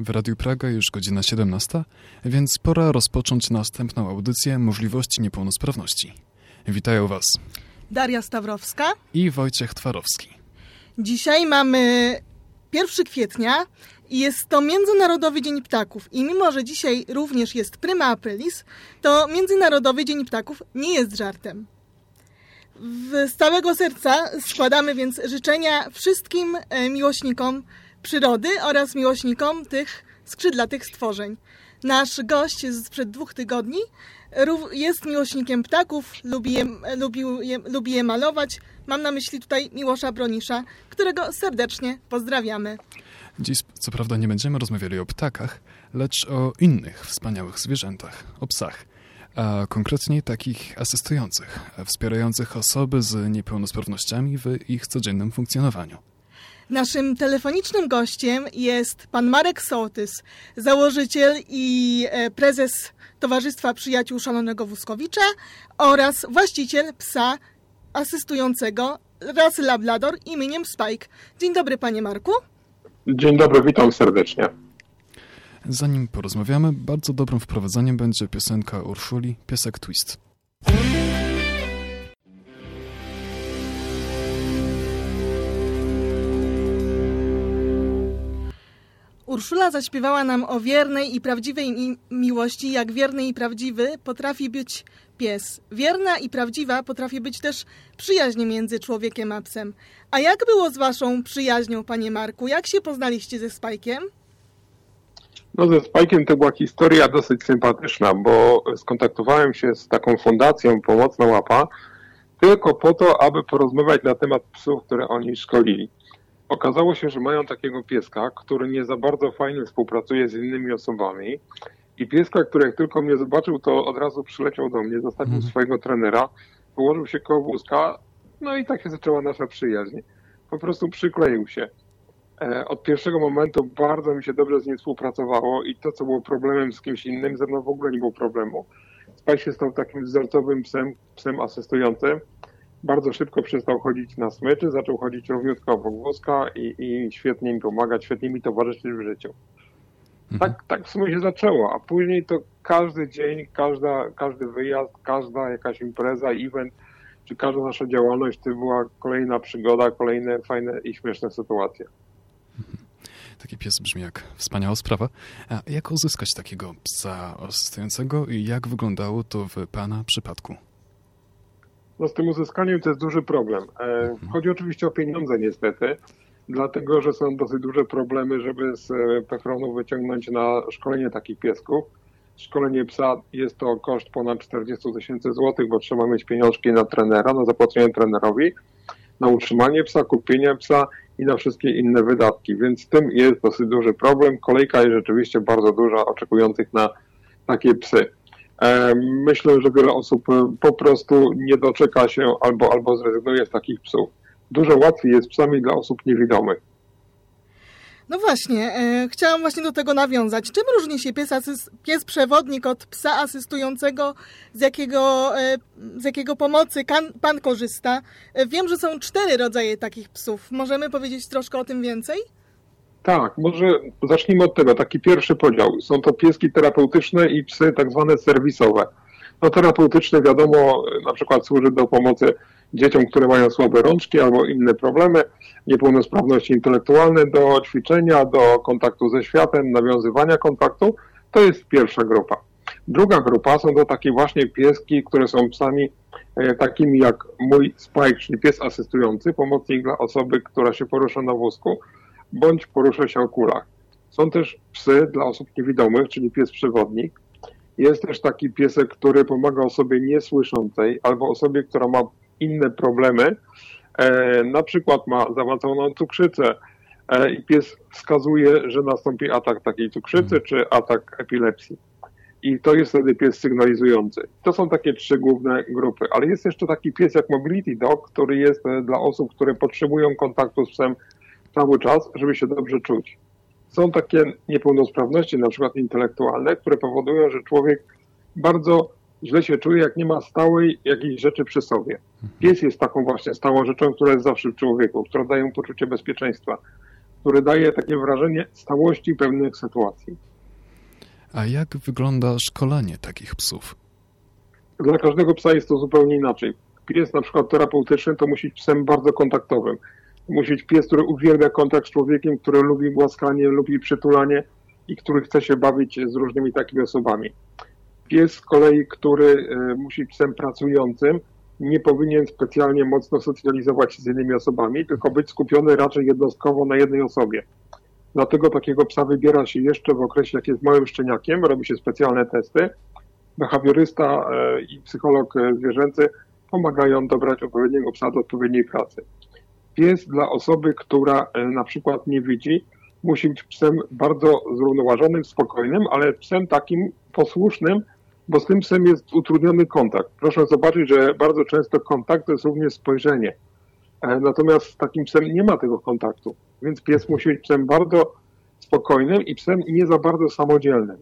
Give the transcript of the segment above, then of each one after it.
W Radiu Praga już godzina 17, więc pora rozpocząć następną audycję Możliwości Niepełnosprawności. Witają Was Daria Stawrowska i Wojciech Twarowski. Dzisiaj mamy 1 kwietnia i jest to Międzynarodowy Dzień Ptaków. I mimo, że dzisiaj również jest Prima Aprilis, to Międzynarodowy Dzień Ptaków nie jest żartem. Z całego serca składamy więc życzenia wszystkim miłośnikom przyrody oraz miłośnikom tych skrzydlatych stworzeń. Nasz gość sprzed 2 tygodni jest miłośnikiem ptaków, lubi je malować. Mam na myśli tutaj Miłosza Bronisza, którego serdecznie pozdrawiamy. Dziś co prawda nie będziemy rozmawiali o ptakach, lecz o innych wspaniałych zwierzętach, o psach. A konkretnie takich asystujących, wspierających osoby z niepełnosprawnościami w ich codziennym funkcjonowaniu. Naszym telefonicznym gościem jest pan Marek Sołtys, założyciel i prezes Towarzystwa Przyjaciół Szalonego Wózkowicza oraz właściciel psa asystującego rasy Labrador imieniem Spike. Dzień dobry, panie Marku. Dzień dobry, witam serdecznie. Zanim porozmawiamy, bardzo dobrym wprowadzeniem będzie piosenka Urszuli, Piesek Twist. Urszula zaśpiewała nam o wiernej i prawdziwej miłości, jak wierny i prawdziwy potrafi być pies. Wierna i prawdziwa potrafi być też przyjaźń między człowiekiem a psem. A jak było z waszą przyjaźnią, panie Marku? Jak się poznaliście ze Spajkiem? No ze Spajkiem to była historia dosyć sympatyczna, bo skontaktowałem się z taką fundacją Pomocna Łapa tylko po to, aby porozmawiać na temat psów, które oni szkolili. Okazało się, że mają takiego pieska, który nie za bardzo fajnie współpracuje z innymi osobami i pieska, który jak tylko mnie zobaczył, to od razu przyleciał do mnie, zostawił swojego trenera, położył się koło wózka, no i tak się zaczęła nasza przyjaźń. Po prostu przykleił się. Od pierwszego momentu bardzo mi się dobrze z nim współpracowało i to, co było problemem z kimś innym, ze mną w ogóle nie było problemu. Spaj się stał takim wzorcowym psem asystującym. Bardzo szybko przestał chodzić na smyczy, zaczął chodzić równiutko obok wózka i świetnie mi pomagać, świetnie mi towarzyszyć w życiu. Tak w sumie się zaczęło, a później to każdy dzień, każdy wyjazd, każda jakaś impreza, event, czy każda nasza działalność to była kolejna przygoda, kolejne fajne i śmieszne sytuacje. Taki pies brzmi jak wspaniała sprawa. A jak uzyskać takiego psa asystującego i jak wyglądało to w pana przypadku? No z tym uzyskaniem to jest duży problem. Chodzi oczywiście o pieniądze niestety, dlatego że są dosyć duże problemy, żeby z PFRON-u wyciągnąć na szkolenie takich piesków. Szkolenie psa jest to koszt ponad 40 000 złotych, bo trzeba mieć pieniążki na trenera, na zapłacenie trenerowi, na utrzymanie psa, kupienie psa i na wszystkie inne wydatki, więc z tym jest dosyć duży problem. Kolejka jest rzeczywiście bardzo duża oczekujących na takie psy. Myślę, że wiele osób po prostu nie doczeka się albo zrezygnuje z takich psów. Dużo łatwiej jest psami dla osób niewidomych. No właśnie, chciałam właśnie do tego nawiązać. Czym różni się pies przewodnik od psa asystującego, z jakiego pomocy pan korzysta? Wiem, że są 4 rodzaje takich psów. Możemy powiedzieć troszkę o tym więcej? Tak, może zacznijmy od tego. Taki pierwszy podział. Są to pieski terapeutyczne i psy tak zwane serwisowe. No terapeutyczne wiadomo, na przykład służy do pomocy dzieciom, które mają słabe rączki albo inne problemy, niepełnosprawności intelektualne, do ćwiczenia, do kontaktu ze światem, nawiązywania kontaktu. To jest pierwsza grupa. Druga grupa są to takie właśnie pieski, które są psami takimi jak mój Spike, czyli pies asystujący, pomocnik dla osoby, która się porusza na wózku, bądź porusza się o kulach. Są też psy dla osób niewidomych, czyli pies przewodnik. Jest też taki piesek, który pomaga osobie niesłyszącej albo osobie, która ma inne problemy, na przykład ma zawalconą cukrzycę i pies wskazuje, że nastąpi atak takiej cukrzycy czy atak epilepsji. I to jest wtedy pies sygnalizujący. To są takie 3 główne grupy, ale jest jeszcze taki pies jak Mobility Dog, który jest dla osób, które potrzebują kontaktu z psem cały czas, żeby się dobrze czuć. Są takie niepełnosprawności, na przykład intelektualne, które powodują, że człowiek bardzo źle się czuje, jak nie ma stałej jakiejś rzeczy przy sobie. Pies jest taką właśnie stałą rzeczą, która jest zawsze w człowieku, która daje mu poczucie bezpieczeństwa. który daje takie wrażenie stałości pewnych sytuacji. A jak wygląda szkolenie takich psów? Dla każdego psa jest to zupełnie inaczej. Pies na przykład terapeutyczny to musi być psem bardzo kontaktowym. Musi być pies, który uwielbia kontakt z człowiekiem, który lubi głaskanie, lubi przytulanie i który chce się bawić z różnymi takimi osobami. Pies z kolei, który musi być psem pracującym, nie powinien specjalnie mocno socjalizować się z innymi osobami, tylko być skupiony raczej jednostkowo na jednej osobie. Dlatego takiego psa wybiera się jeszcze w okresie, jak jest małym szczeniakiem, robi się specjalne testy. Behawiorysta i psycholog zwierzęcy pomagają dobrać odpowiedniego psa do odpowiedniej pracy. Pies dla osoby, która na przykład nie widzi, musi być psem bardzo zrównoważonym, spokojnym, ale psem takim posłusznym, bo z tym psem jest utrudniony kontakt. Proszę zobaczyć, że bardzo często kontakt to jest również spojrzenie. Natomiast z takim psem nie ma tego kontaktu, więc pies musi być psem bardzo spokojnym i psem nie za bardzo samodzielnym.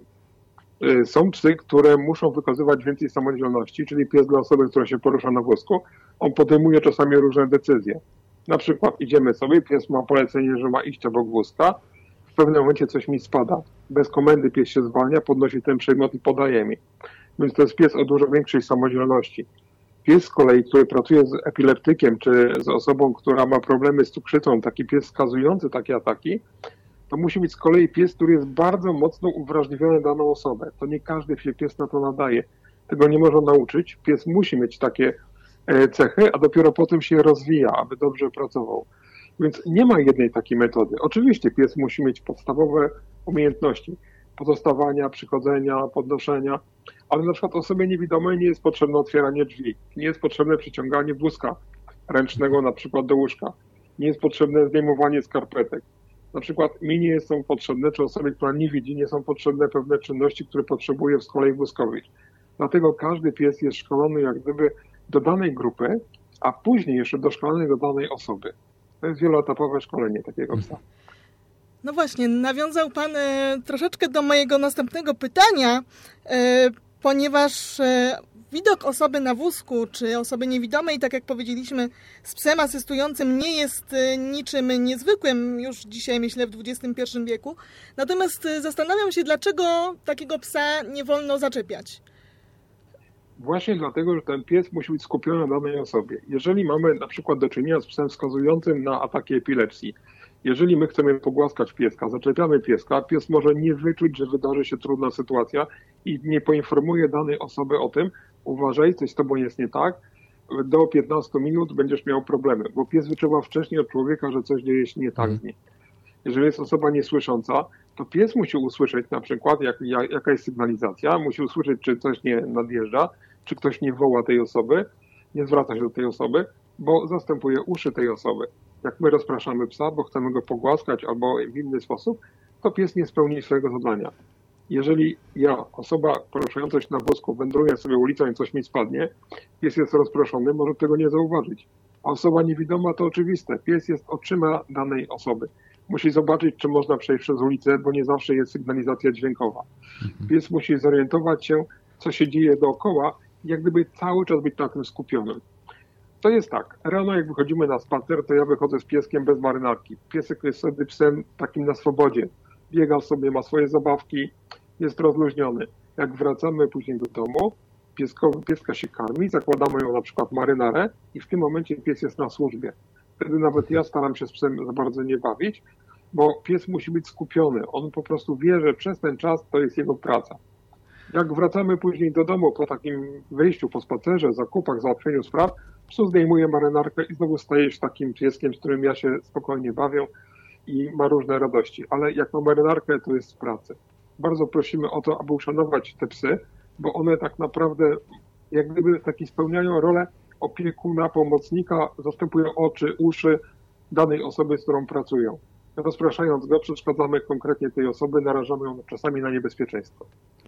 Są psy, które muszą wykazywać więcej samodzielności, czyli pies dla osoby, która się porusza na wózku, on podejmuje czasami różne decyzje. Na przykład idziemy sobie, pies ma polecenie, że ma iść obok wózka, w pewnym momencie coś mi spada. Bez komendy pies się zwalnia, podnosi ten przedmiot i podaje mi. Więc to jest pies o dużo większej samodzielności. Pies z kolei, który pracuje z epileptykiem, czy z osobą, która ma problemy z cukrzycą, taki pies skazujący takie ataki, to musi być z kolei pies, który jest bardzo mocno uwrażliwiony na daną osobę. To nie każdy się pies na to nadaje. Tego nie można nauczyć. Pies musi mieć takie cechy, a dopiero potem się rozwija, aby dobrze pracował. Więc nie ma jednej takiej metody. Oczywiście pies musi mieć podstawowe umiejętności pozostawania, przychodzenia, podnoszenia, ale na przykład osobie niewidomej nie jest potrzebne otwieranie drzwi, nie jest potrzebne przyciąganie wózka ręcznego na przykład do łóżka, nie jest potrzebne zdejmowanie skarpetek. Na przykład mi nie są potrzebne, czy osobie, która nie widzi, nie są potrzebne pewne czynności, które potrzebuje z kolei wózkowej. Dlatego każdy pies jest szkolony jak gdyby do danej grupy, a później jeszcze doszkolony do danej osoby. To jest wieloetapowe szkolenie takiego psa. No właśnie, nawiązał Pan troszeczkę do mojego następnego pytania, ponieważ widok osoby na wózku, czy osoby niewidomej, tak jak powiedzieliśmy, z psem asystującym nie jest niczym niezwykłym już dzisiaj, myślę, w XXI wieku. Natomiast zastanawiam się, dlaczego takiego psa nie wolno zaczepiać. Właśnie dlatego, że ten pies musi być skupiony na danej osobie. Jeżeli mamy na przykład do czynienia z psem wskazującym na ataki epilepsji, jeżeli my chcemy pogłaskać pieska, zaczepiamy pieska, pies może nie wyczuć, że wydarzy się trudna sytuacja i nie poinformuje danej osoby o tym, uważaj, coś z tobą jest nie tak, do 15 minut będziesz miał problemy, bo pies wyczuwa wcześniej od człowieka, że coś dzieje się nie tak z nim. Jeżeli jest osoba niesłysząca, to pies musi usłyszeć na przykład, jaka jest sygnalizacja, musi usłyszeć, czy coś nie nadjeżdża, czy ktoś nie woła tej osoby, nie zwraca się do tej osoby, bo zastępuje uszy tej osoby. Jak my rozpraszamy psa, bo chcemy go pogłaskać albo w inny sposób, to pies nie spełni swojego zadania. Jeżeli ja, osoba poruszająca się na wózku, wędruję sobie ulicą i coś mi spadnie, pies jest rozproszony, może tego nie zauważyć. A osoba niewidoma to oczywiste. Pies jest oczyma danej osoby. Musi zobaczyć, czy można przejść przez ulicę, bo nie zawsze jest sygnalizacja dźwiękowa. Pies musi zorientować się, co się dzieje dookoła, jak gdyby cały czas być na tym skupionym. To jest tak, rano jak wychodzimy na spacer, to ja wychodzę z pieskiem bez marynarki. Piesek jest wtedy psem takim na swobodzie. Biega sobie, ma swoje zabawki, jest rozluźniony. Jak wracamy później do domu, pieska się karmi, zakładamy ją na przykład marynarę i w tym momencie pies jest na służbie. Wtedy nawet ja staram się z psem za bardzo nie bawić, bo pies musi być skupiony. On po prostu wie, że przez ten czas to jest jego praca. Jak wracamy później do domu po takim wyjściu, po spacerze, zakupach, załatwieniu spraw, psu zdejmuje marynarkę i znowu staje się takim pieskiem, z którym ja się spokojnie bawię i ma różne radości. Ale jak ma marynarkę, to jest w pracy. Bardzo prosimy o to, aby uszanować te psy, bo one tak naprawdę jak gdyby taki spełniają rolę opiekuna, pomocnika, zastępują oczy, uszy danej osoby, z którą pracują. Rozpraszając go, przeszkadzamy konkretnie tej osoby, narażamy ją czasami na niebezpieczeństwo.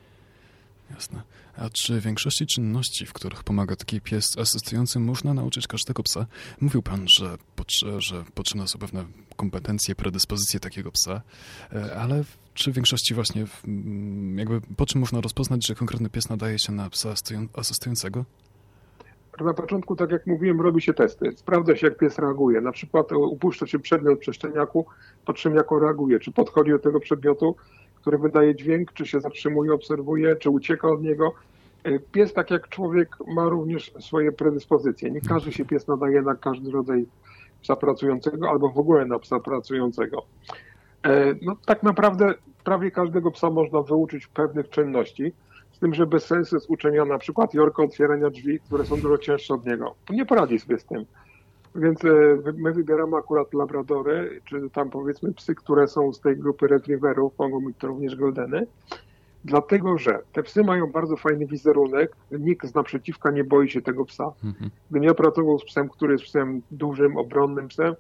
Jasne. A czy w większości czynności, w których pomaga taki pies asystujący, można nauczyć każdego psa? Mówił pan, że potrzebne są pewne kompetencje, predyspozycje takiego psa, ale czy w większości właśnie, jakby po czym można rozpoznać, że konkretny pies nadaje się na psa asystującego? Na początku, tak jak mówiłem, robi się testy. Sprawdza się, jak pies reaguje. Na przykład upuszcza się przedmiot przy szczeniaku, patrzymy, jak on reaguje. Czy podchodzi do tego przedmiotu, który wydaje dźwięk, czy się zatrzymuje, obserwuje, czy ucieka od niego. Pies, tak jak człowiek, ma również swoje predyspozycje. Nie każdy się pies nadaje na każdy rodzaj psa pracującego albo w ogóle na psa pracującego. No, tak naprawdę prawie każdego psa można wyuczyć pewnych czynności, z tym, że bez sensu jest uczenia na przykład Yorka otwierania drzwi, które są dużo cięższe od niego. Nie poradzi sobie z tym. Więc my wybieramy akurat labradory, czy tam powiedzmy psy, które są z tej grupy retriewerów, mogą być to również goldeny, dlatego że te psy mają bardzo fajny wizerunek, nikt z naprzeciwka nie boi się tego psa. Gdy ja pracował z psem, który jest psem dużym, obronnym psem,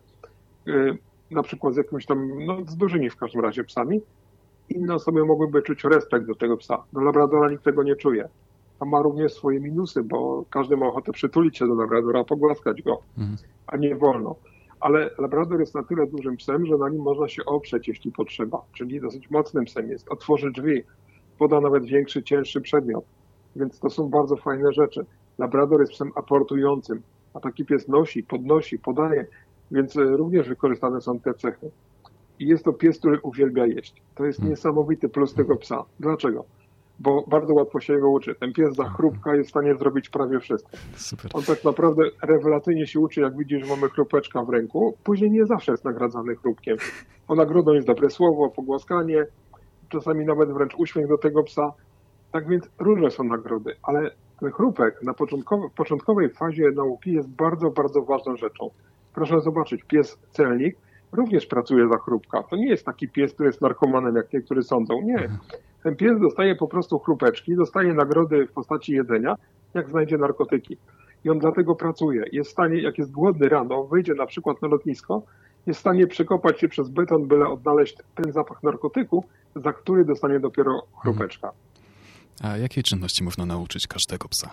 na przykład z jakimś tam, no z dużymi w każdym razie psami, inne osoby mogłyby czuć respekt do tego psa. Do labradora nikt tego nie czuje. A ma również swoje minusy, bo każdy ma ochotę przytulić się do labradora, pogłaskać go, a nie wolno. Ale labrador jest na tyle dużym psem, że na nim można się oprzeć, jeśli potrzeba. Czyli dosyć mocnym psem jest. Otworzy drzwi, poda nawet większy, cięższy przedmiot. Więc to są bardzo fajne rzeczy. Labrador jest psem aportującym, a taki pies nosi, podnosi, podaje, więc również wykorzystane są te cechy. I jest to pies, który uwielbia jeść. To jest niesamowity plus tego psa. Dlaczego? Bo bardzo łatwo się go uczy. Ten pies za chrupka jest w stanie zrobić prawie wszystko. Super. On tak naprawdę rewelacyjnie się uczy, jak widzisz, że mamy chrupeczka w ręku. Później nie zawsze jest nagradzany chrupkiem. O nagrodą jest dobre słowo, pogłaskanie, czasami nawet wręcz uśmiech do tego psa. Tak więc różne są nagrody, ale ten chrupek na początkowej fazie nauki jest bardzo, bardzo ważną rzeczą. Proszę zobaczyć, pies celnik również pracuje za chrupka. To nie jest taki pies, który jest narkomanem, jak niektórzy sądzą. Nie. Ten pies dostaje po prostu chrupeczki, dostaje nagrody w postaci jedzenia, jak znajdzie narkotyki. I on dlatego pracuje. Jest w stanie, jak jest głodny rano, wyjdzie na przykład na lotnisko, jest w stanie przekopać się przez beton, byle odnaleźć ten zapach narkotyku, za który dostanie dopiero chrupeczka. A jakiej czynności można nauczyć każdego psa?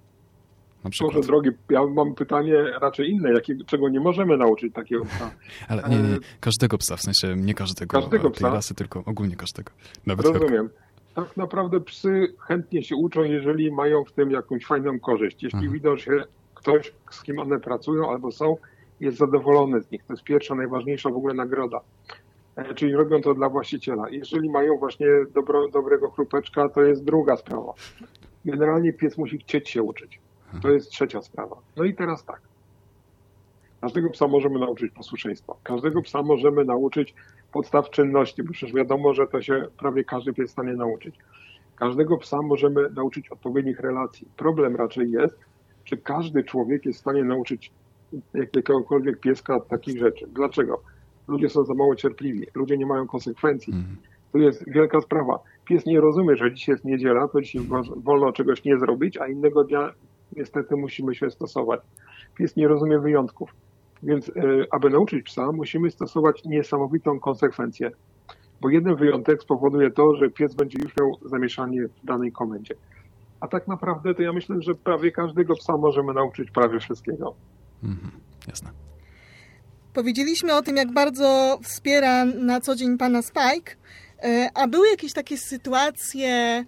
Na przykład. Boże drogi, ja mam pytanie raczej inne, czego nie możemy nauczyć takiego psa. Ale nie, każdego psa, w sensie nie każdego tej rasy, tylko ogólnie każdego. Nawet rozumiem. Tak naprawdę psy chętnie się uczą, jeżeli mają w tym jakąś fajną korzyść. Jeśli widzą, że ktoś, z kim one pracują albo są, jest zadowolony z nich. To jest pierwsza, najważniejsza w ogóle nagroda. Czyli robią to dla właściciela. Jeżeli mają właśnie dobrego chrupeczka, to jest druga sprawa. Generalnie pies musi chcieć się uczyć. To jest trzecia sprawa. No i teraz tak. Każdego psa możemy nauczyć posłuszeństwa. Każdego psa możemy nauczyć podstaw czynności, bo przecież wiadomo, że to się prawie każdy pies jest w stanie nauczyć. Każdego psa możemy nauczyć odpowiednich relacji. Problem raczej jest, czy każdy człowiek jest w stanie nauczyć jakiegokolwiek pieska takich rzeczy. Dlaczego? Ludzie są za mało cierpliwi. Ludzie nie mają konsekwencji. Tu jest wielka sprawa. Pies nie rozumie, że dzisiaj jest niedziela, to dzisiaj wolno czegoś nie zrobić, a innego dnia niestety musimy się stosować. Pies nie rozumie wyjątków. Więc aby nauczyć psa, musimy stosować niesamowitą konsekwencję. Bo jeden wyjątek spowoduje to, że pies będzie już miał zamieszanie w danej komendzie. A tak naprawdę to ja myślę, że prawie każdego psa możemy nauczyć prawie wszystkiego. Jasne. Powiedzieliśmy o tym, jak bardzo wspiera na co dzień pana Spike, a były jakieś takie sytuacje,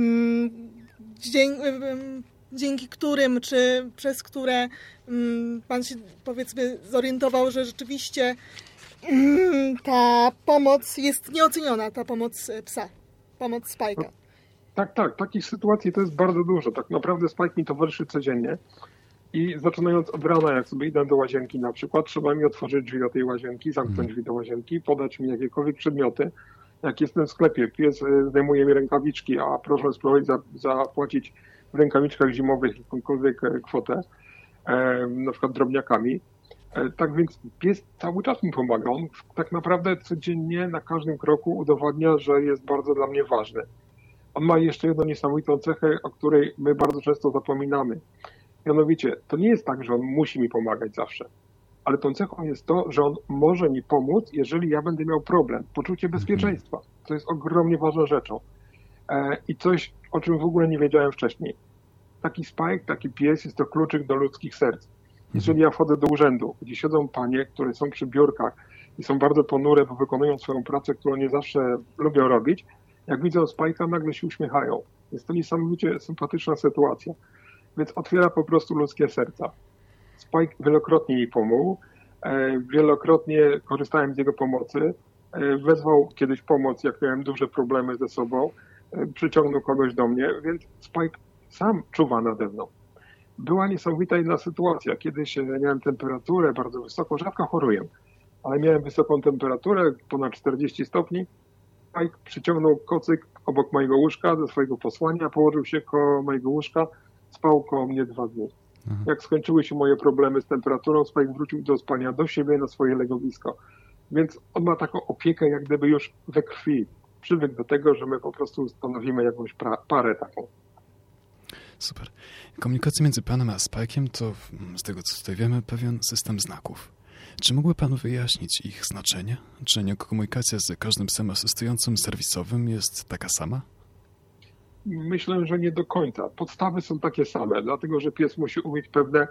dzięki którym, czy przez które pan się, powiedzmy, zorientował, że rzeczywiście ta pomoc jest nieoceniona, ta pomoc psa, pomoc Spike'a. Tak. Takich sytuacji to jest bardzo dużo. Tak naprawdę Spike mi towarzyszy codziennie. I zaczynając od rana, jak sobie idę do łazienki na przykład, trzeba mi otworzyć drzwi do tej łazienki, zamknąć drzwi do łazienki, podać mi jakiekolwiek przedmioty. Jak jestem w sklepie, pies zdejmuje mi rękawiczki, a proszę spróbować zapłacić w rękawiczkach zimowych jakąkolwiek kwotę, na przykład drobniakami. Tak więc pies cały czas mi pomaga. On tak naprawdę codziennie na każdym kroku udowadnia, że jest bardzo dla mnie ważny. On ma jeszcze jedną niesamowitą cechę, o której my bardzo często zapominamy. Mianowicie, to nie jest tak, że on musi mi pomagać zawsze, ale tą cechą jest to, że on może mi pomóc, jeżeli ja będę miał problem. Poczucie bezpieczeństwa. To jest ogromnie ważną rzeczą. I coś, o czym w ogóle nie wiedziałem wcześniej. Taki Spike, taki pies jest to kluczyk do ludzkich serc. Jeżeli ja wchodzę do urzędu, gdzie siedzą panie, które są przy biurkach i są bardzo ponure, bo wykonują swoją pracę, którą nie zawsze lubią robić, jak widzą Spike'a, nagle się uśmiechają. Jest to niesamowicie sympatyczna sytuacja. więc otwiera po prostu ludzkie serca. Spike wielokrotnie mi pomógł, wielokrotnie korzystałem z jego pomocy, wezwał kiedyś pomoc, jak miałem duże problemy ze sobą, przyciągnął kogoś do mnie, więc Spike sam czuwa nade mną. Była niesamowita inna sytuacja. Kiedyś miałem temperaturę bardzo wysoką, rzadko choruję, ale miałem wysoką temperaturę, ponad 40 stopni. Spike przyciągnął kocyk obok mojego łóżka ze swojego posłania, położył się koło mojego łóżka, spał koło mnie 2 dni. Jak skończyły się moje problemy z temperaturą, Spike wrócił do spania do siebie na swoje legowisko. Więc on ma taką opiekę jak gdyby już we krwi. Przywykł do tego, że my po prostu stanowimy jakąś parę taką. Super. Komunikacja między panem a Spike'iem to, z tego co tutaj wiemy, pewien system znaków. Czy mógłby pan wyjaśnić ich znaczenie? Czy komunikacja z każdym psem asystującym serwisowym jest taka sama? Myślę, że nie do końca. Podstawy są takie same, dlatego że pies musi umieć pewne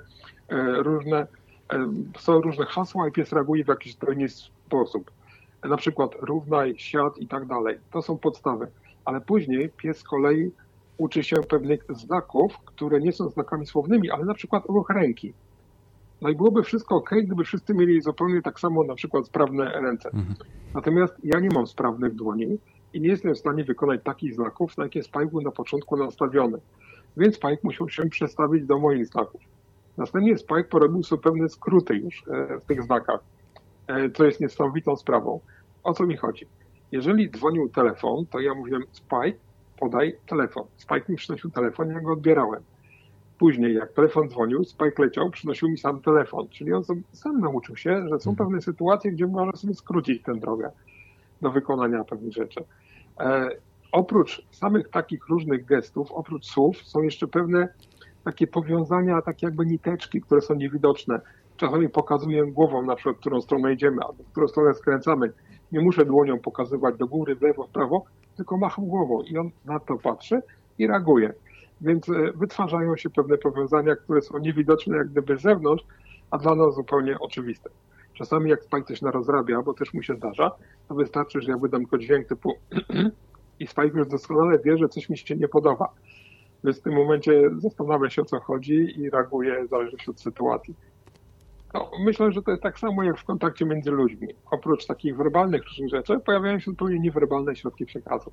są różne hasła i pies reaguje w jakiś odpowiedni sposób. Na przykład równaj, siad i tak dalej. To są podstawy. Ale później pies z kolei uczy się pewnych znaków, które nie są znakami słownymi, ale na przykład ruch ręki. No i byłoby wszystko ok, gdyby wszyscy mieli zupełnie tak samo na przykład sprawne ręce. Natomiast ja nie mam sprawnych dłoni i nie jestem w stanie wykonać takich znaków, na jakie Spike był na początku nastawiony. Więc Spike musiał się przestawić do moich znaków. Następnie Spike porobił sobie pewne skróty już w tych znakach, co jest niesamowitą sprawą. O co mi chodzi? Jeżeli dzwonił telefon, to ja mówiłem Spike, podaj telefon. Spike mi przynosił telefon, ja go odbierałem. Później, jak telefon dzwonił, Spike leciał, przynosił mi sam telefon. Czyli on sam nauczył się, że są pewne sytuacje, gdzie można sobie skrócić tę drogę do wykonania pewnych rzeczy. Oprócz samych takich różnych gestów, oprócz słów, są jeszcze pewne takie powiązania, takie jakby niteczki, które są niewidoczne. Czasami pokazuję głową, na przykład, w którą stronę idziemy, albo w którą stronę skręcamy. Nie muszę dłonią pokazywać do góry, w lewo, w prawo, tylko macham głową i on na to patrzy i reaguje. Więc wytwarzają się pewne powiązania, które są niewidoczne jak gdyby z zewnątrz, a dla nas zupełnie oczywiste. Czasami jak Spike coś narozrabia, bo też mu się zdarza, to wystarczy, że ja wydam tylko dźwięk typu i Spike już doskonale wie, że coś mi się nie podoba. Więc w tym momencie zastanawia się, o co chodzi i reaguje w zależności od sytuacji. No, myślę, że to jest tak samo jak w kontakcie między ludźmi. Oprócz takich werbalnych różnych rzeczy pojawiają się zupełnie niewerbalne środki przekazu.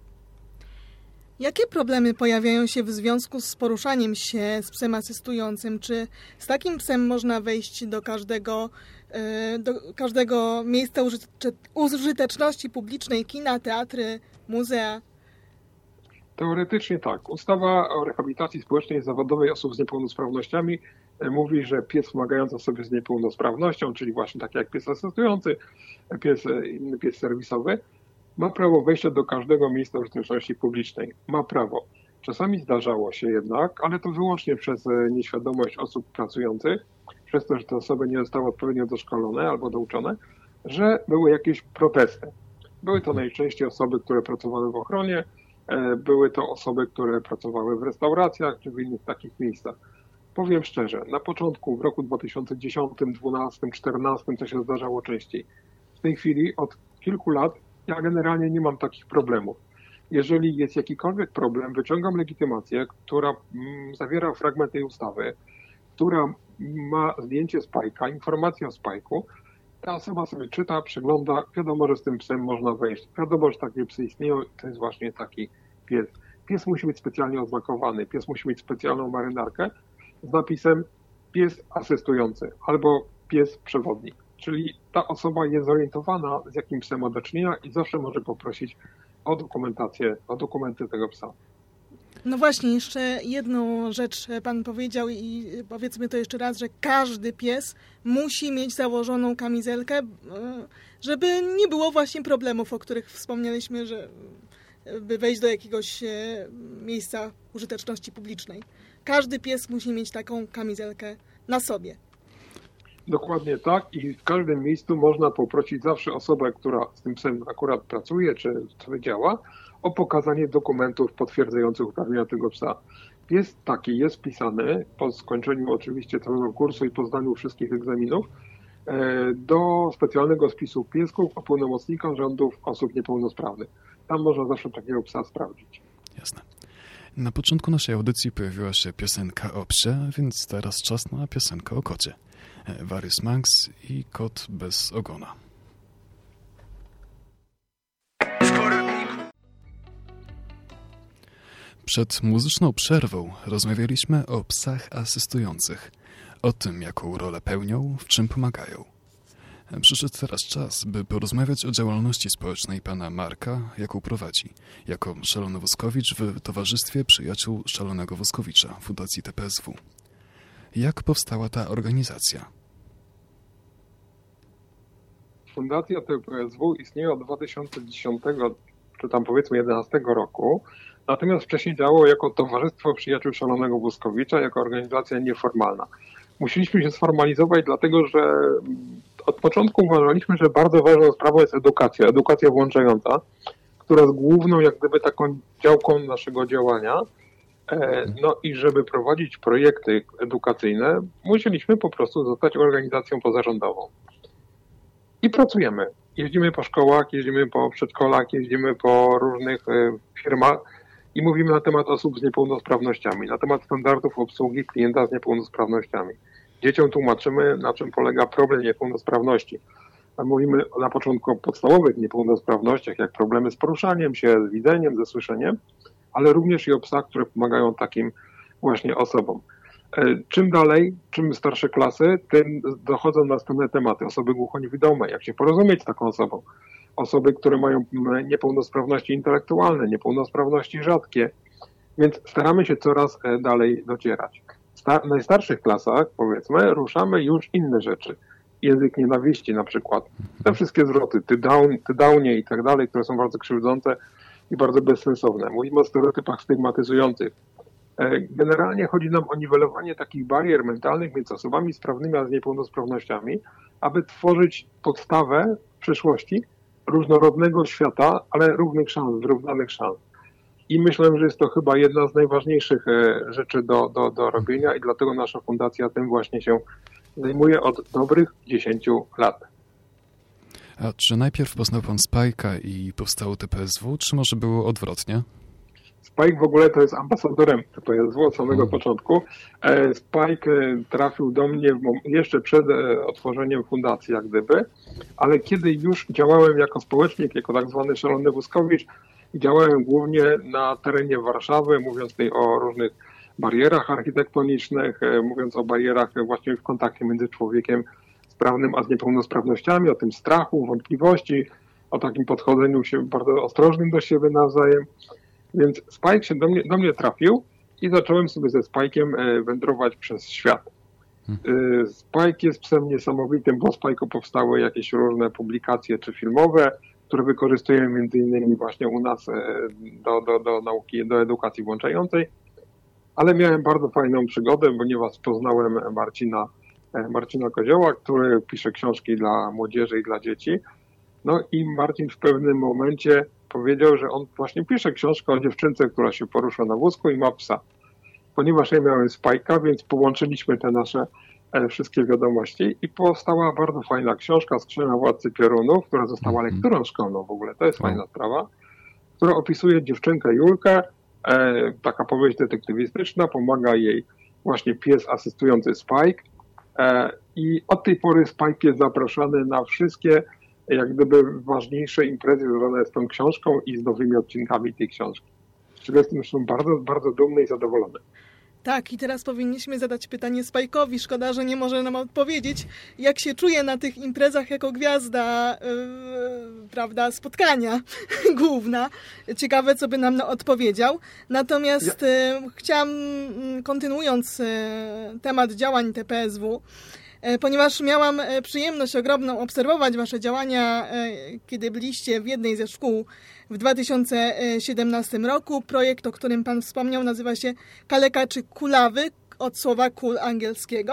Jakie problemy pojawiają się w związku z poruszaniem się z psem asystującym? Czy z takim psem można wejść do każdego miejsca użyteczności publicznej, kina, teatry, muzea? Teoretycznie tak. Ustawa o rehabilitacji społecznej i zawodowej osób z niepełnosprawnościami mówi, że pies wspomagający osoby z niepełnosprawnością, czyli właśnie tak jak pies asystujący, inny pies serwisowy, ma prawo wejścia do każdego miejsca użyteczności publicznej. Ma prawo. Czasami zdarzało się jednak, ale to wyłącznie przez nieświadomość osób pracujących, przez to, że te osoby nie zostały odpowiednio doszkolone albo douczone, że były jakieś protesty. Były to najczęściej osoby, które pracowały w ochronie, były to osoby, które pracowały w restauracjach czy w innych takich miejscach. Powiem szczerze, na początku w roku 2010, 2012, 2014 to się zdarzało częściej. W tej chwili od kilku lat ja generalnie nie mam takich problemów. Jeżeli jest jakikolwiek problem, wyciągam legitymację, która zawiera fragment tej ustawy, która ma zdjęcie Spike'a, informację o Spike'u. Ta osoba sobie czyta, przegląda, wiadomo, że z tym psem można wejść. Wiadomo, że takie psy istnieją, to jest właśnie taki pies. Pies musi być specjalnie oznakowany, pies musi mieć specjalną marynarkę z napisem pies asystujący albo pies przewodnik. Czyli ta osoba jest zorientowana, z jakim psem ma do czynienia i zawsze może poprosić o dokumentację, o dokumenty tego psa. No właśnie, jeszcze jedną rzecz pan powiedział i powiedzmy to jeszcze raz, że każdy pies musi mieć założoną kamizelkę, żeby nie było właśnie problemów, o których wspomnieliśmy, że by wejść do jakiegoś miejsca użyteczności publicznej. Każdy pies musi mieć taką kamizelkę na sobie. Dokładnie tak i w każdym miejscu można poprosić zawsze osobę, która z tym psem akurat pracuje czy sobie działa, o pokazanie dokumentów potwierdzających uprawnienia tego psa. Pies taki jest wpisany po skończeniu oczywiście całego kursu i po zdaniu wszystkich egzaminów do specjalnego spisu piesków o pełnomocnika rządów osób niepełnosprawnych. Tam można zawsze takiego psa sprawdzić. Jasne. Na początku naszej audycji pojawiła się piosenka o psie, więc teraz czas na piosenkę o kocie. Various Manx i Kot bez ogona. Przed muzyczną przerwą rozmawialiśmy o psach asystujących, o tym, jaką rolę pełnią, w czym pomagają. Przyszedł teraz czas, by porozmawiać o działalności społecznej pana Marka, jaką prowadzi, jako Szalony Woskowicz w Towarzystwie Przyjaciół Szalonego Woskowicza Fundacji TPSW. Jak powstała ta organizacja? Fundacja TPSW istnieje od 2010 czy tam powiedzmy 2011 roku, natomiast wcześniej działało jako Towarzystwo Przyjaciół Szalonego Woskowicza, jako organizacja nieformalna. Musieliśmy się sformalizować, dlatego że od początku uważaliśmy, że bardzo ważną sprawą jest edukacja włączająca, która jest główną jak gdyby taką działką naszego działania. No i żeby prowadzić projekty edukacyjne, musieliśmy po prostu zostać organizacją pozarządową. I pracujemy. Jeździmy po szkołach, jeździmy po przedszkolach, jeździmy po różnych firmach i mówimy na temat osób z niepełnosprawnościami, na temat standardów obsługi klienta z niepełnosprawnościami. Dzieciom tłumaczymy, na czym polega problem niepełnosprawności. Mówimy na początku o podstawowych niepełnosprawnościach, jak problemy z poruszaniem się, z widzeniem, ze słyszeniem, ale również i o psach, które pomagają takim właśnie osobom. Czym dalej, czym starsze klasy, tym dochodzą następne tematy. Osoby głuchoniewidome, jak się porozumieć z taką osobą. Osoby, które mają niepełnosprawności intelektualne, niepełnosprawności rzadkie. Więc staramy się coraz dalej docierać. W najstarszych klasach, powiedzmy, ruszamy już inne rzeczy. Język nienawiści na przykład. Te wszystkie zwroty, ty downie i tak dalej, które są bardzo krzywdzące i bardzo bezsensowne. Mówimy o stereotypach stygmatyzujących. Generalnie chodzi nam o niwelowanie takich barier mentalnych między osobami sprawnymi a z niepełnosprawnościami, aby tworzyć podstawę w przyszłości różnorodnego świata, ale równych szans, wyrównanych szans. I myślę, że jest to chyba jedna z najważniejszych rzeczy do robienia i dlatego nasza fundacja tym właśnie się zajmuje od dobrych 10 lat. A czy najpierw poznał pan Spike'a i powstało TPSW, czy może było odwrotnie? Spike w ogóle to jest ambasadorem TPSW od samego początku. Spike trafił do mnie jeszcze przed otworzeniem fundacji, jak gdyby, ale kiedy już działałem jako społecznik, jako tak zwany Szalony Woskowicz, działałem głównie na terenie Warszawy, mówiąc tutaj o różnych barierach architektonicznych, mówiąc o barierach właśnie w kontakcie między człowiekiem sprawnym a z niepełnosprawnościami, o tym strachu, wątpliwości, o takim podchodzeniu się bardzo ostrożnym do siebie nawzajem. Więc Spike się do mnie trafił i zacząłem sobie ze Spike'iem wędrować przez świat. Spike jest psem niesamowitym, bo z Spike'u powstały jakieś różne publikacje czy filmowe, które wykorzystujemy między innymi właśnie u nas do nauki, do edukacji włączającej. Ale miałem bardzo fajną przygodę, ponieważ poznałem Marcina Kozioła, który pisze książki dla młodzieży i dla dzieci. No i Marcin w pewnym momencie powiedział, że on właśnie pisze książkę o dziewczynce, która się porusza na wózku i ma psa. Ponieważ ja miałem Spike'a, więc połączyliśmy te nasze wszystkie wiadomości i powstała bardzo fajna książka Skrzynia Władcy Piorunów, która została lekturą szkolną w ogóle, to jest fajna sprawa, która opisuje dziewczynkę Julkę, taka powieść detektywistyczna, pomaga jej właśnie pies asystujący Spike i od tej pory Spike jest zapraszany na wszystkie jak gdyby ważniejsze imprezy związane z tą książką i z nowymi odcinkami tej książki. Z czego jestem zresztą bardzo, bardzo dumny i zadowolony. Tak, i teraz powinniśmy zadać pytanie Spike'owi. Szkoda, że nie może nam odpowiedzieć, jak się czuje na tych imprezach jako gwiazda, prawda, spotkania główna. Ciekawe, co by nam odpowiedział. Natomiast chciałam, kontynuując temat działań TPSW, ponieważ miałam przyjemność ogromną obserwować wasze działania, kiedy byliście w jednej ze szkół w 2017 roku. Projekt, o którym pan wspomniał, nazywa się Kaleka czy Kulawy, od słowa kul angielskiego.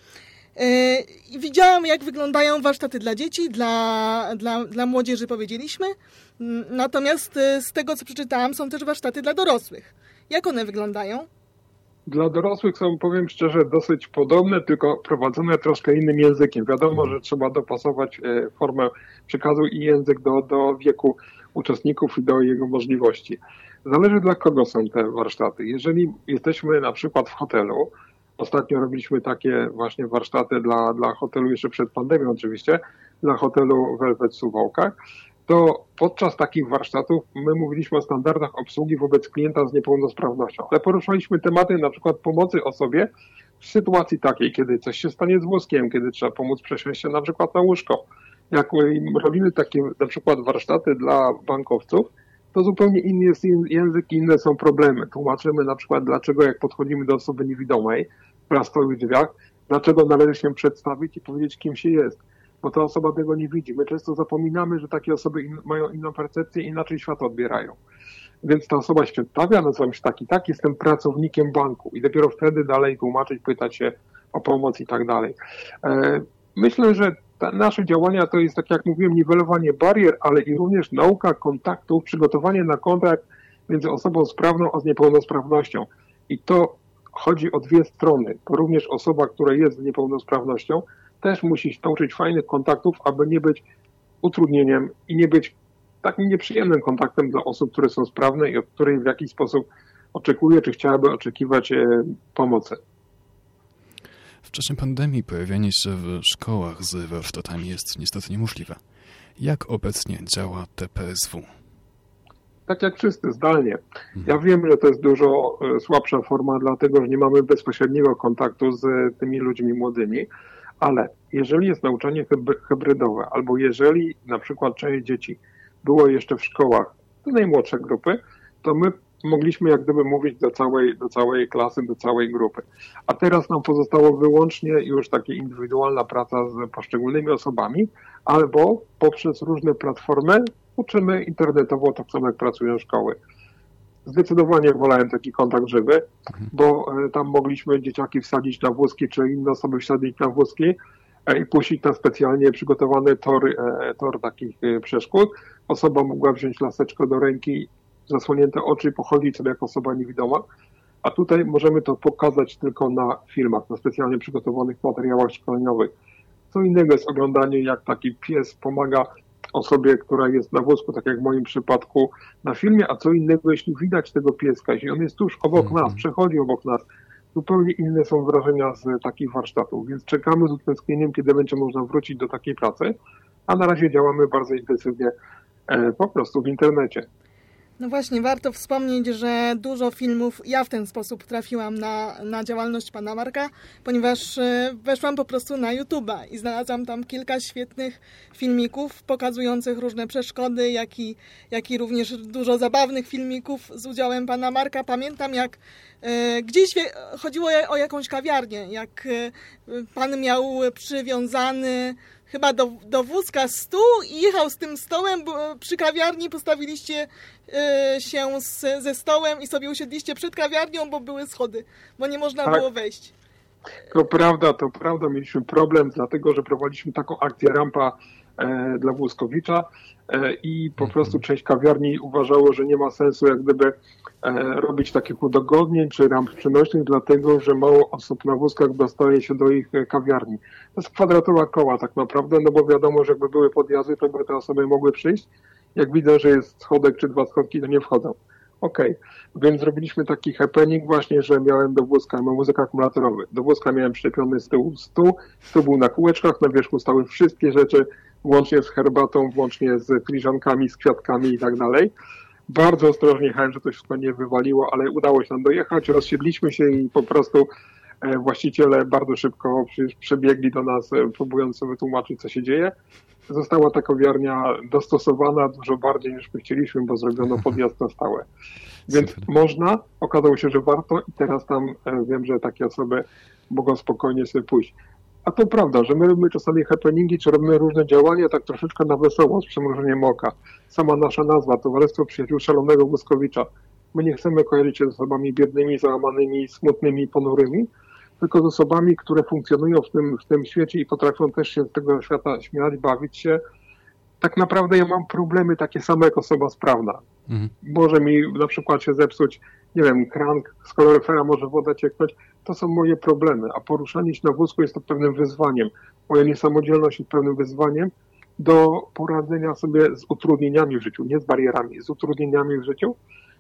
I widziałam, jak wyglądają warsztaty dla dzieci, dla młodzieży powiedzieliśmy. Natomiast z tego, co przeczytałam, są też warsztaty dla dorosłych. Jak one wyglądają? Dla dorosłych są, powiem szczerze, dosyć podobne, tylko prowadzone troszkę innym językiem. Wiadomo, że trzeba dopasować formę przekazu i język do wieku uczestników i do jego możliwości. Zależy dla kogo są te warsztaty. Jeżeli jesteśmy na przykład w hotelu, ostatnio robiliśmy takie właśnie warsztaty dla hotelu, jeszcze przed pandemią oczywiście, dla hotelu Velvet w Suwałkach, to podczas takich warsztatów my mówiliśmy o standardach obsługi wobec klienta z niepełnosprawnością, ale poruszaliśmy tematy na przykład pomocy osobie w sytuacji takiej, kiedy coś się stanie z wózkiem, kiedy trzeba pomóc przesiąść się na przykład na łóżko. Jak robimy takie na przykład warsztaty dla bankowców, to zupełnie inny jest język i inne są problemy. Tłumaczymy na przykład, dlaczego jak podchodzimy do osoby niewidomej, która stoi w drzwiach, dlaczego należy się przedstawić i powiedzieć, kim się jest. Bo ta osoba tego nie widzi. My często zapominamy, że takie osoby mają inną percepcję, inaczej świat odbierają. Więc ta osoba się przedstawia, nazywam się tak, jestem pracownikiem banku i dopiero wtedy dalej tłumaczyć, pytać się o pomoc i tak dalej. Myślę, że nasze działania to jest, tak jak mówiłem, niwelowanie barier, ale i również nauka kontaktów, przygotowanie na kontakt między osobą sprawną a z niepełnosprawnością. I to chodzi o dwie strony. To również osoba, która jest z niepełnosprawnością, też musi się nauczyć fajnych kontaktów, aby nie być utrudnieniem i nie być takim nieprzyjemnym kontaktem dla osób, które są sprawne i od której w jakiś sposób oczekuje, czy chciałaby oczekiwać pomocy. W czasie pandemii pojawianie się w szkołach z warsztatami jest niestety niemożliwe. Jak obecnie działa TPSW? Tak jak wszyscy, zdalnie. Ja wiem, że to jest dużo słabsza forma, dlatego że nie mamy bezpośredniego kontaktu z tymi ludźmi młodymi, ale jeżeli jest nauczanie hybrydowe, albo jeżeli na przykład część dzieci było jeszcze w szkołach, do najmłodszej grupy, to my mogliśmy jak gdyby mówić do całej klasy, do całej grupy. A teraz nam pozostało wyłącznie już taka indywidualna praca z poszczególnymi osobami, albo poprzez różne platformy uczymy internetowo, tak samo jak pracują szkoły. Zdecydowanie wolałem taki kontakt żywy, bo tam mogliśmy dzieciaki wsadzić na wózki, czy inne osoby wsadzić na wózki i puścić na specjalnie przygotowany tor takich przeszkód. Osoba mogła wziąć laseczkę do ręki, zasłonięte oczy i pochodzić sobie jako osoba niewidoma. A tutaj możemy to pokazać tylko na filmach, na specjalnie przygotowanych materiałach szkoleniowych. Co innego jest oglądanie, jak taki pies pomaga osobie, która jest na wózku, tak jak w moim przypadku na filmie, a co innego, jeśli widać tego pieska, jeśli on jest tuż obok nas, przechodzi obok nas. Zupełnie inne są wrażenia z takich warsztatów, więc czekamy z utęsknieniem, kiedy będzie można wrócić do takiej pracy, a na razie działamy bardzo intensywnie po prostu w internecie. No właśnie, warto wspomnieć, że dużo filmów ja w ten sposób trafiłam na działalność pana Marka, ponieważ weszłam po prostu na YouTube'a i znalazłam tam kilka świetnych filmików pokazujących różne przeszkody, jak i również dużo zabawnych filmików z udziałem pana Marka. Pamiętam, jak gdzieś chodziło o jakąś kawiarnię, jak pan miał przywiązany chyba do wózka stół i jechał z tym stołem, bo przy kawiarni postawiliście się ze stołem i sobie usiedliście przed kawiarnią, bo były schody, bo nie można było wejść. To prawda, mieliśmy problem, dlatego że prowadziliśmy taką akcję rampa dla Wózkowicza i po prostu część kawiarni uważało, że nie ma sensu jak gdyby robić takich udogodnień czy ramp przenośnych, dlatego że mało osób na wózkach dostaje się do ich kawiarni. To jest kwadratura koła tak naprawdę, no bo wiadomo, że jakby były podjazdy, to by te osoby mogły przyjść. Jak widzę, że jest schodek czy dwa schodki, to nie wchodzą. Okej, więc zrobiliśmy taki happening właśnie, że miałem do wózka, mam wózek akumulatorowy. Do wózka miałem przyczepiony z tyłu stół był na kółeczkach, na wierzchu stały wszystkie rzeczy, włącznie z herbatą, włącznie z filiżankami, z kwiatkami i tak dalej. Bardzo ostrożnie jechałem, że to wszystko nie wywaliło, ale udało się nam dojechać, rozsiedliśmy się i po prostu właściciele bardzo szybko przebiegli do nas, próbując sobie wytłumaczyć, co się dzieje. Została ta kawiarnia dostosowana dużo bardziej niż my chcieliśmy, bo zrobiono podjazd na stałe. Więc można, okazało się, że warto i teraz tam wiem, że takie osoby mogą spokojnie sobie pójść. A to prawda, że my robimy czasami happeningi, czy robimy różne działania tak troszeczkę na wesoło, z przymrużeniem oka. Sama nasza nazwa, Towarzystwo Przyjaciół Szalonego Wózkowicza. My nie chcemy kojarzyć się z osobami biednymi, załamanymi, smutnymi, ponurymi, tylko z osobami, które funkcjonują w tym świecie i potrafią też się z tego świata śmiać, bawić się. Tak naprawdę ja mam problemy takie same jak osoba sprawna. Może mi na przykład się zepsuć, nie wiem, kran z kaloryfera, może woda cieknąć. To są moje problemy, a poruszanie się na wózku jest to pewnym wyzwaniem. Moja niesamodzielność jest pewnym wyzwaniem do poradzenia sobie z utrudnieniami w życiu, nie z barierami, z utrudnieniami w życiu.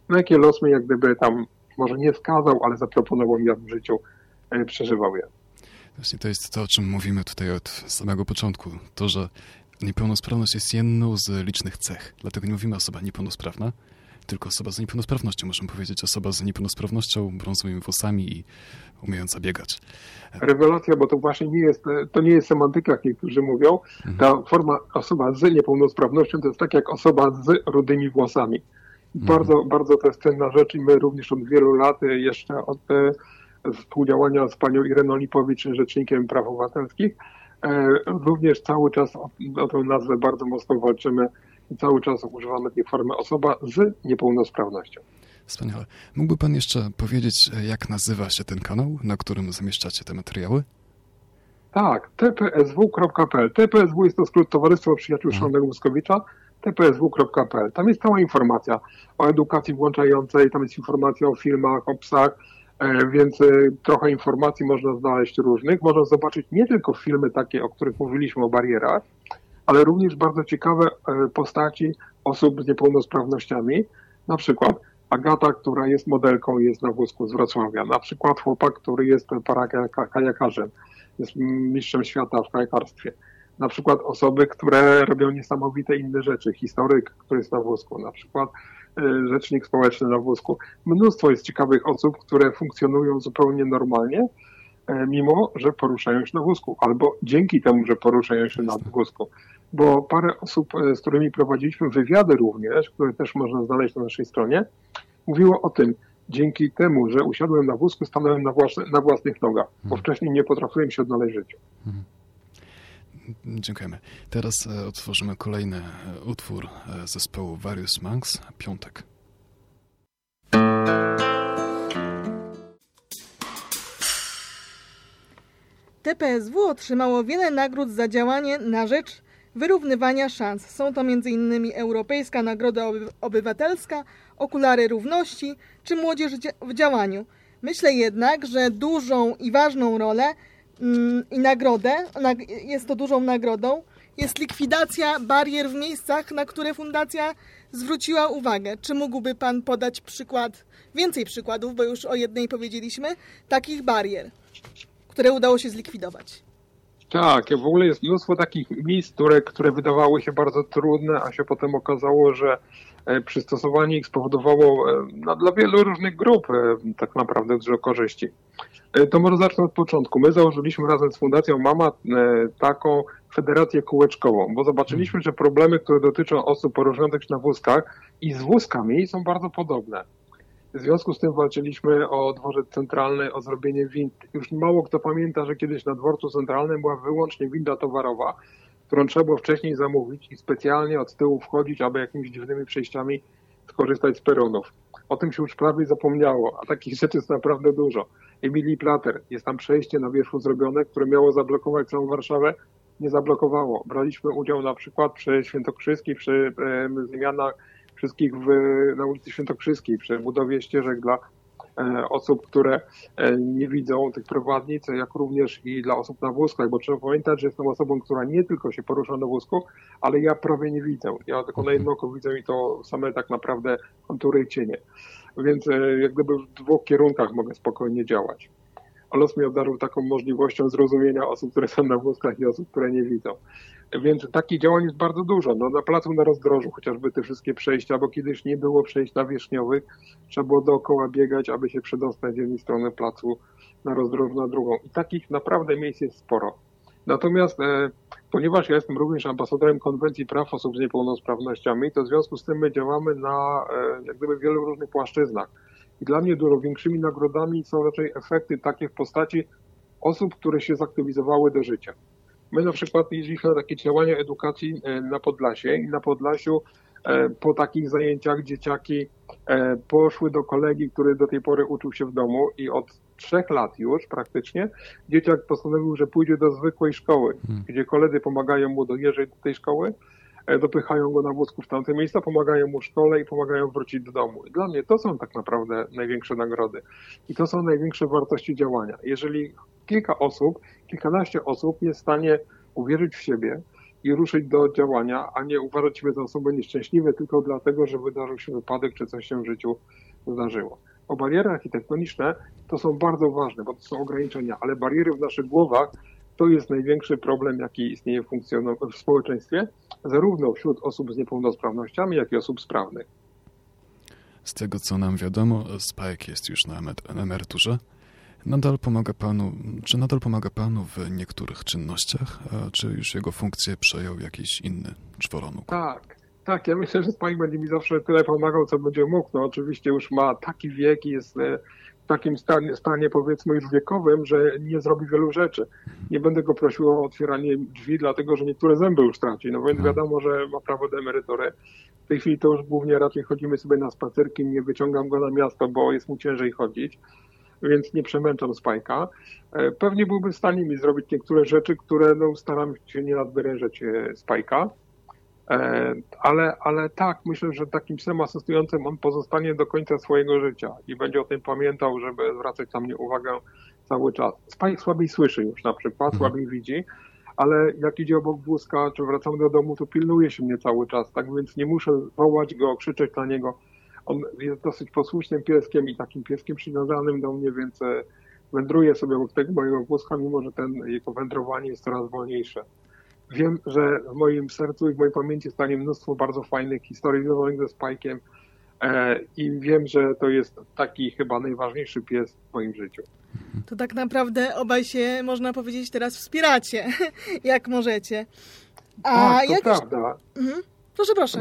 na jakie los mnie jak gdyby tam może nie skazał, ale zaproponował mi, ja w życiu przeżywał je. Właśnie to jest to, o czym mówimy tutaj od samego początku. To, że niepełnosprawność jest jedną z licznych cech. Dlatego nie mówimy osoba niepełnosprawna, tylko osoba z niepełnosprawnością. Możemy powiedzieć osoba z niepełnosprawnością, brązowymi włosami i umiejąca biegać. Rewelacja, bo to właśnie nie jest semantyka, jak niektórzy mówią. Ta forma osoba z niepełnosprawnością to jest tak jak osoba z rudymi włosami. Bardzo, bardzo to jest cenna rzecz i my również od wielu lat, jeszcze od współdziałania z panią Ireną Lipowicz, Rzecznikiem Praw Obywatelskich, również cały czas o tę nazwę bardzo mocno walczymy i cały czas używamy tej formy osoba z niepełnosprawnością. Wspaniale. Mógłby pan jeszcze powiedzieć, jak nazywa się ten kanał, na którym zamieszczacie te materiały? Tak, tpsw.pl. TPSW jest to skrót Towarzystwo Przyjaciół Szalonego Wózkowicza, tpsw.pl. Tam jest cała informacja o edukacji włączającej, tam jest informacja o filmach, o psach, więc trochę informacji można znaleźć różnych. Można zobaczyć nie tylko filmy takie, o których mówiliśmy, o barierach, ale również bardzo ciekawe postaci osób z niepełnosprawnościami. Na przykład Agata, która jest modelką, jest na wózku z Wrocławia. Na przykład chłopak, który jest kajacarzem, jest mistrzem świata w kajakarstwie. Na przykład osoby, które robią niesamowite inne rzeczy. Historyk, który jest na wózku. Na przykład rzecznik społeczny na wózku. Mnóstwo jest ciekawych osób, które funkcjonują zupełnie normalnie, mimo że poruszają się na wózku. Albo dzięki temu, że poruszają się na wózku. Bo parę osób, z którymi prowadziliśmy wywiady również, które też można znaleźć na naszej stronie, mówiło o tym, dzięki temu, że usiadłem na wózku, stanąłem na własnych nogach, bo wcześniej nie potrafiłem się odnaleźć w życiu. Dziękujemy. Teraz otworzymy kolejny utwór zespołu Various Monks, Piątek. TPSW otrzymało wiele nagród za działanie na rzecz wyrównywania szans. Są to m.in. Europejska Nagroda Obywatelska, Okulary Równości czy Młodzież w działaniu. Myślę jednak, że dużą i ważną rolę i nagrodę, jest to dużą nagrodą, jest likwidacja barier w miejscach, na które fundacja zwróciła uwagę. Czy mógłby pan podać więcej przykładów, bo już o jednej powiedzieliśmy, takich barier, które udało się zlikwidować? Tak, w ogóle jest mnóstwo takich miejsc, które wydawały się bardzo trudne, a się potem okazało, że przystosowanie ich spowodowało dla wielu różnych grup tak naprawdę dużo korzyści. To może zacznę od początku. My założyliśmy razem z Fundacją Mama taką federację kółeczkową, bo zobaczyliśmy, że problemy, które dotyczą osób poruszających się na wózkach i z wózkami są bardzo podobne. W związku z tym walczyliśmy o dworzec centralny, o zrobienie wind. Już mało kto pamięta, że kiedyś na dworcu centralnym była wyłącznie winda towarowa, którą trzeba było wcześniej zamówić i specjalnie od tyłu wchodzić, aby jakimiś dziwnymi przejściami skorzystać z peronów. O tym się już prawie zapomniało, a takich rzeczy jest naprawdę dużo. Emilii Plater, jest tam przejście na wierzchu zrobione, które miało zablokować całą Warszawę, nie zablokowało. Braliśmy udział na przykład przy Świętokrzyskiej, przy zmianach wszystkich na ulicy Świętokrzyskiej, przy budowie ścieżek dla osób, które nie widzą tych prowadnic, jak również i dla osób na wózkach, bo trzeba pamiętać, że jestem osobą, która nie tylko się porusza na wózku, ale ja prawie nie widzę. Ja tylko na jedno oko widzę i to same tak naprawdę kontury i cienie. Więc jak gdyby w dwóch kierunkach mogę spokojnie działać. A los mnie obdarzył taką możliwością zrozumienia osób, które są na wózkach i osób, które nie widzą. Więc takich działań jest bardzo dużo. No, na placu na rozdrożu chociażby te wszystkie przejścia, bo kiedyś nie było przejść nawierzchniowych, trzeba było dookoła biegać, aby się przedostać z jednej strony placu na rozdrożu na drugą. I takich naprawdę miejsc jest sporo. Natomiast ponieważ ja jestem również ambasadorem Konwencji Praw Osób z Niepełnosprawnościami, to w związku z tym my działamy na jak gdyby wielu różnych płaszczyznach. I dla mnie dużo większymi nagrodami są raczej efekty takie w postaci osób, które się zaktywizowały do życia. My na przykład jeździliśmy na takie działania edukacji na Podlasie i na Podlasiu po takich zajęciach dzieciaki poszły do kolegi, który do tej pory uczył się w domu i od 3 lat już praktycznie dzieciak postanowił, że pójdzie do zwykłej szkoły, gdzie koledzy pomagają mu dojeżdżać do tej szkoły, dopychają go na wózku w tamte miejsca, pomagają mu w szkole i pomagają wrócić do domu. I dla mnie to są tak naprawdę największe nagrody i to są największe wartości działania. Jeżeli kilkanaście osób jest w stanie uwierzyć w siebie i ruszyć do działania, a nie uważać siebie za osoby nieszczęśliwe tylko dlatego, że wydarzył się wypadek, czy coś się w życiu zdarzyło. Bo bariery architektoniczne to są bardzo ważne, bo to są ograniczenia, ale bariery w naszych głowach to jest największy problem, jaki istnieje w społeczeństwie, zarówno wśród osób z niepełnosprawnościami, jak i osób sprawnych. Z tego, co nam wiadomo, Spike jest już na emeryturze. Nadal pomaga panu w niektórych czynnościach, a czy już jego funkcję przejął jakiś inny czworonóg? Tak, ja myślę, że Spike będzie mi zawsze tyle pomagał, co będzie mógł. No oczywiście już ma taki wiek i jest w takim stanie powiedzmy już wiekowym, że nie zrobi wielu rzeczy. Nie będę go prosił o otwieranie drzwi, dlatego że niektóre zęby już traci, no więc wiadomo, że ma prawo do emerytury. W tej chwili to już głównie raczej chodzimy sobie na spacerki, nie wyciągam go na miasto, bo jest mu ciężej chodzić, więc nie przemęczam Spike'a. Pewnie byłby w stanie mi zrobić niektóre rzeczy, które staram się nie nadwyrężać Spike'a. Ale tak, myślę, że takim psem asystującym on pozostanie do końca swojego życia i będzie o tym pamiętał, żeby zwracać na mnie uwagę cały czas. Spike słabiej słyszy już na przykład, słabiej widzi, ale jak idzie obok wózka, czy wracamy do domu, to pilnuje się mnie cały czas, tak więc nie muszę wołać go, krzyczeć na niego. On jest dosyć posłusznym pieskiem i takim pieskiem przywiązanym do mnie, więc wędruje sobie obok tego mojego wózka, mimo że jego wędrowanie jest coraz wolniejsze. Wiem, że w moim sercu i w mojej pamięci stanie mnóstwo bardzo fajnych historii związanych ze Spike'iem i wiem, że to jest taki chyba najważniejszy pies w moim życiu. To tak naprawdę obaj się, można powiedzieć, teraz wspieracie, jak możecie. Tak, to prawda. Proszę.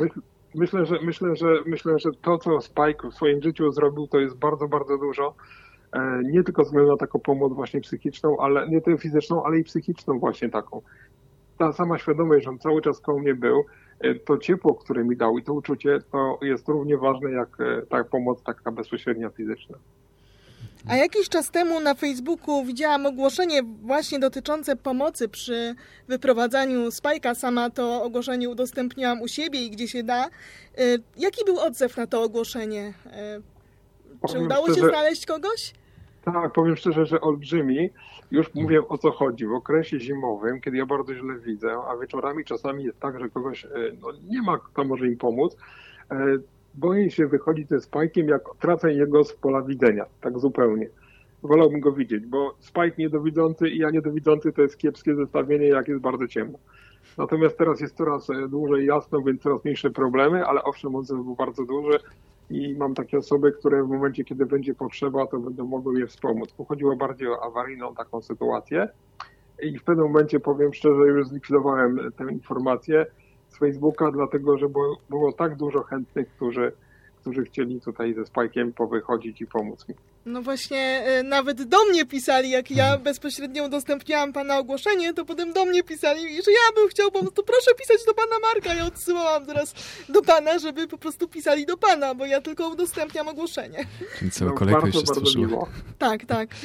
Myślę, że to, co Spike w swoim życiu zrobił, to jest bardzo, bardzo dużo. Nie tylko ze względu na taką pomoc właśnie psychiczną, ale nie tylko fizyczną, ale i psychiczną właśnie taką. Ta sama świadomość, że on cały czas koło mnie był, to ciepło, które mi dał i to uczucie, to jest równie ważne jak ta pomoc taka bezpośrednia fizyczna. A jakiś czas temu na Facebooku widziałam ogłoszenie właśnie dotyczące pomocy przy wyprowadzaniu Spike'a. Sama to ogłoszenie udostępniłam u siebie i gdzie się da. Jaki był odzew na to ogłoszenie? Czy udało się znaleźć kogoś? Tak, powiem szczerze, że olbrzymi. Już mówię, o co chodzi. W okresie zimowym, kiedy ja bardzo źle widzę, a wieczorami czasami jest tak, że kogoś nie ma, kto może im pomóc, boję się wychodzić ze Spike'iem, jak tracę jego z pola widzenia. Tak zupełnie. Wolałbym go widzieć, bo Spike niedowidzący i ja niedowidzący to jest kiepskie zestawienie, jak jest bardzo ciemno. Natomiast teraz jest coraz dłużej jasno, więc coraz mniejsze problemy, ale owszem, odzew był bardzo duży. I mam takie osoby, które w momencie, kiedy będzie potrzeba, to będą mogły je wspomóc. Pochodziło bardziej o awaryjną taką sytuację i w pewnym momencie, powiem szczerze, już zlikwidowałem tę informację z Facebooka, dlatego że było tak dużo chętnych, którzy chcieli tutaj ze Spike'iem powychodzić i pomóc mi. No właśnie, nawet do mnie pisali, jak ja bezpośrednio udostępniałam pana ogłoszenie, to potem do mnie pisali, że ja bym chciał pomóc, to proszę pisać do pana Marka. Ja odsyłałam teraz do pana, żeby po prostu pisali do pana, bo ja tylko udostępniam ogłoszenie. Czyli cała kolejka już się stworzyła. Tak.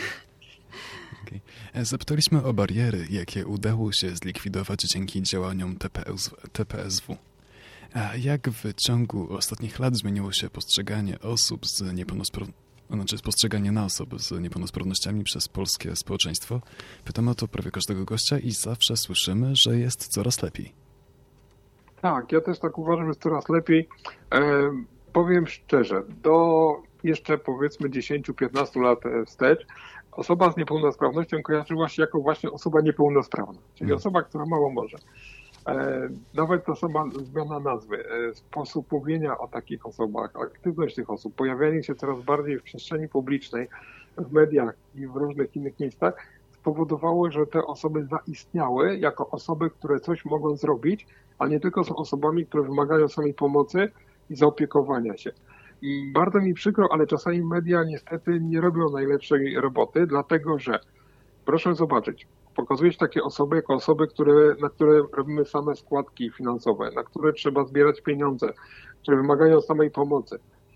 Okay. Zapytaliśmy o bariery, jakie udało się zlikwidować dzięki działaniom TPSW. A jak w ciągu ostatnich lat zmieniło się postrzeganie osób z postrzeganie na osoby z niepełnosprawnościami przez polskie społeczeństwo? Pytamy o to prawie każdego gościa i zawsze słyszymy, że jest coraz lepiej. Tak, ja też tak uważam, że jest coraz lepiej. Powiem szczerze, do jeszcze powiedzmy 10-15 lat wstecz osoba z niepełnosprawnością kojarzyła się jako właśnie osoba niepełnosprawna, czyli osoba, która mało może. Nawet ta sama zmiana nazwy, sposób mówienia o takich osobach, aktywność tych osób, pojawianie się coraz bardziej w przestrzeni publicznej, w mediach i w różnych innych miejscach spowodowało, że te osoby zaistniały jako osoby, które coś mogą zrobić, a nie tylko są osobami, które wymagają samej pomocy i zaopiekowania się. I bardzo mi przykro, ale czasami media niestety nie robią najlepszej roboty, dlatego że, proszę zobaczyć, pokazuje się takie osoby jako osoby, na które robimy same składki finansowe, na które trzeba zbierać pieniądze, które wymagają samej pomocy.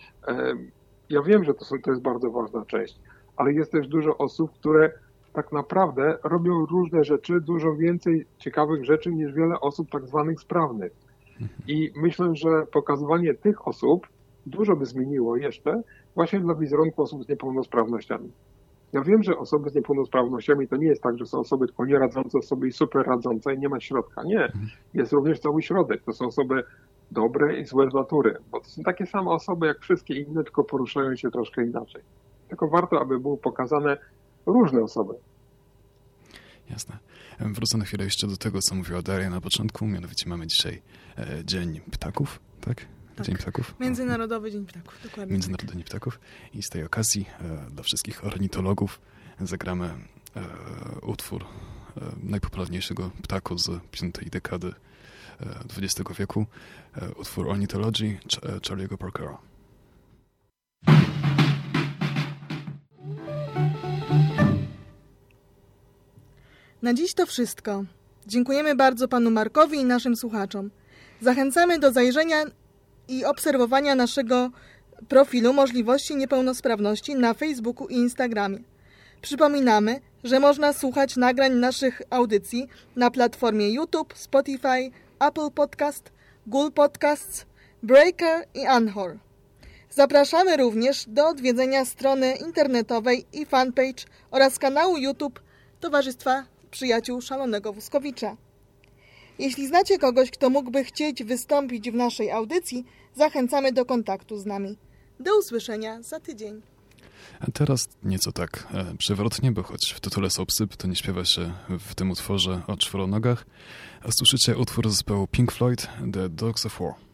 Ja wiem, że to jest bardzo ważna część, ale jest też dużo osób, które tak naprawdę robią różne rzeczy, dużo więcej ciekawych rzeczy niż wiele osób tak zwanych sprawnych. I myślę, że pokazywanie tych osób dużo by zmieniło jeszcze właśnie dla wizerunku osób z niepełnosprawnościami. Ja wiem, że osoby z niepełnosprawnościami to nie jest tak, że są osoby tylko nieradzące sobie i super radzące i nie ma środka. Nie, jest również cały środek. To są osoby dobre i złe z natury, bo to są takie same osoby jak wszystkie inne, tylko poruszają się troszkę inaczej. Tylko warto, aby były pokazane różne osoby. Jasne. Wrócę na chwilę jeszcze do tego, co mówiła Daria na początku. Mianowicie mamy dzisiaj Dzień Ptaków, tak? Tak. Dzień Ptaków. Międzynarodowy Dzień Ptaków, dokładnie. Międzynarodowy Dzień Ptaków. I z tej okazji dla wszystkich ornitologów zagramy utwór najpopularniejszego ptaku z 5. dekady XX wieku. Utwór Ornithology Charlie'ego Parkera. Na dziś to wszystko. Dziękujemy bardzo panu Markowi i naszym słuchaczom. Zachęcamy do zajrzenia i obserwowania naszego profilu Możliwości Niepełnosprawności na Facebooku i Instagramie. Przypominamy, że można słuchać nagrań naszych audycji na platformie YouTube, Spotify, Apple Podcast, Google Podcasts, Breaker i Anchor. Zapraszamy również do odwiedzenia strony internetowej i fanpage oraz kanału YouTube Towarzystwa Przyjaciół Szalonego Wózkowicza. Jeśli znacie kogoś, kto mógłby chcieć wystąpić w naszej audycji, zachęcamy do kontaktu z nami. Do usłyszenia za tydzień. A teraz nieco tak przewrotnie, bo choć w tytule są psy, to nie śpiewa się w tym utworze o czworonogach. A słyszycie utwór zespołu Pink Floyd, The Dogs of War.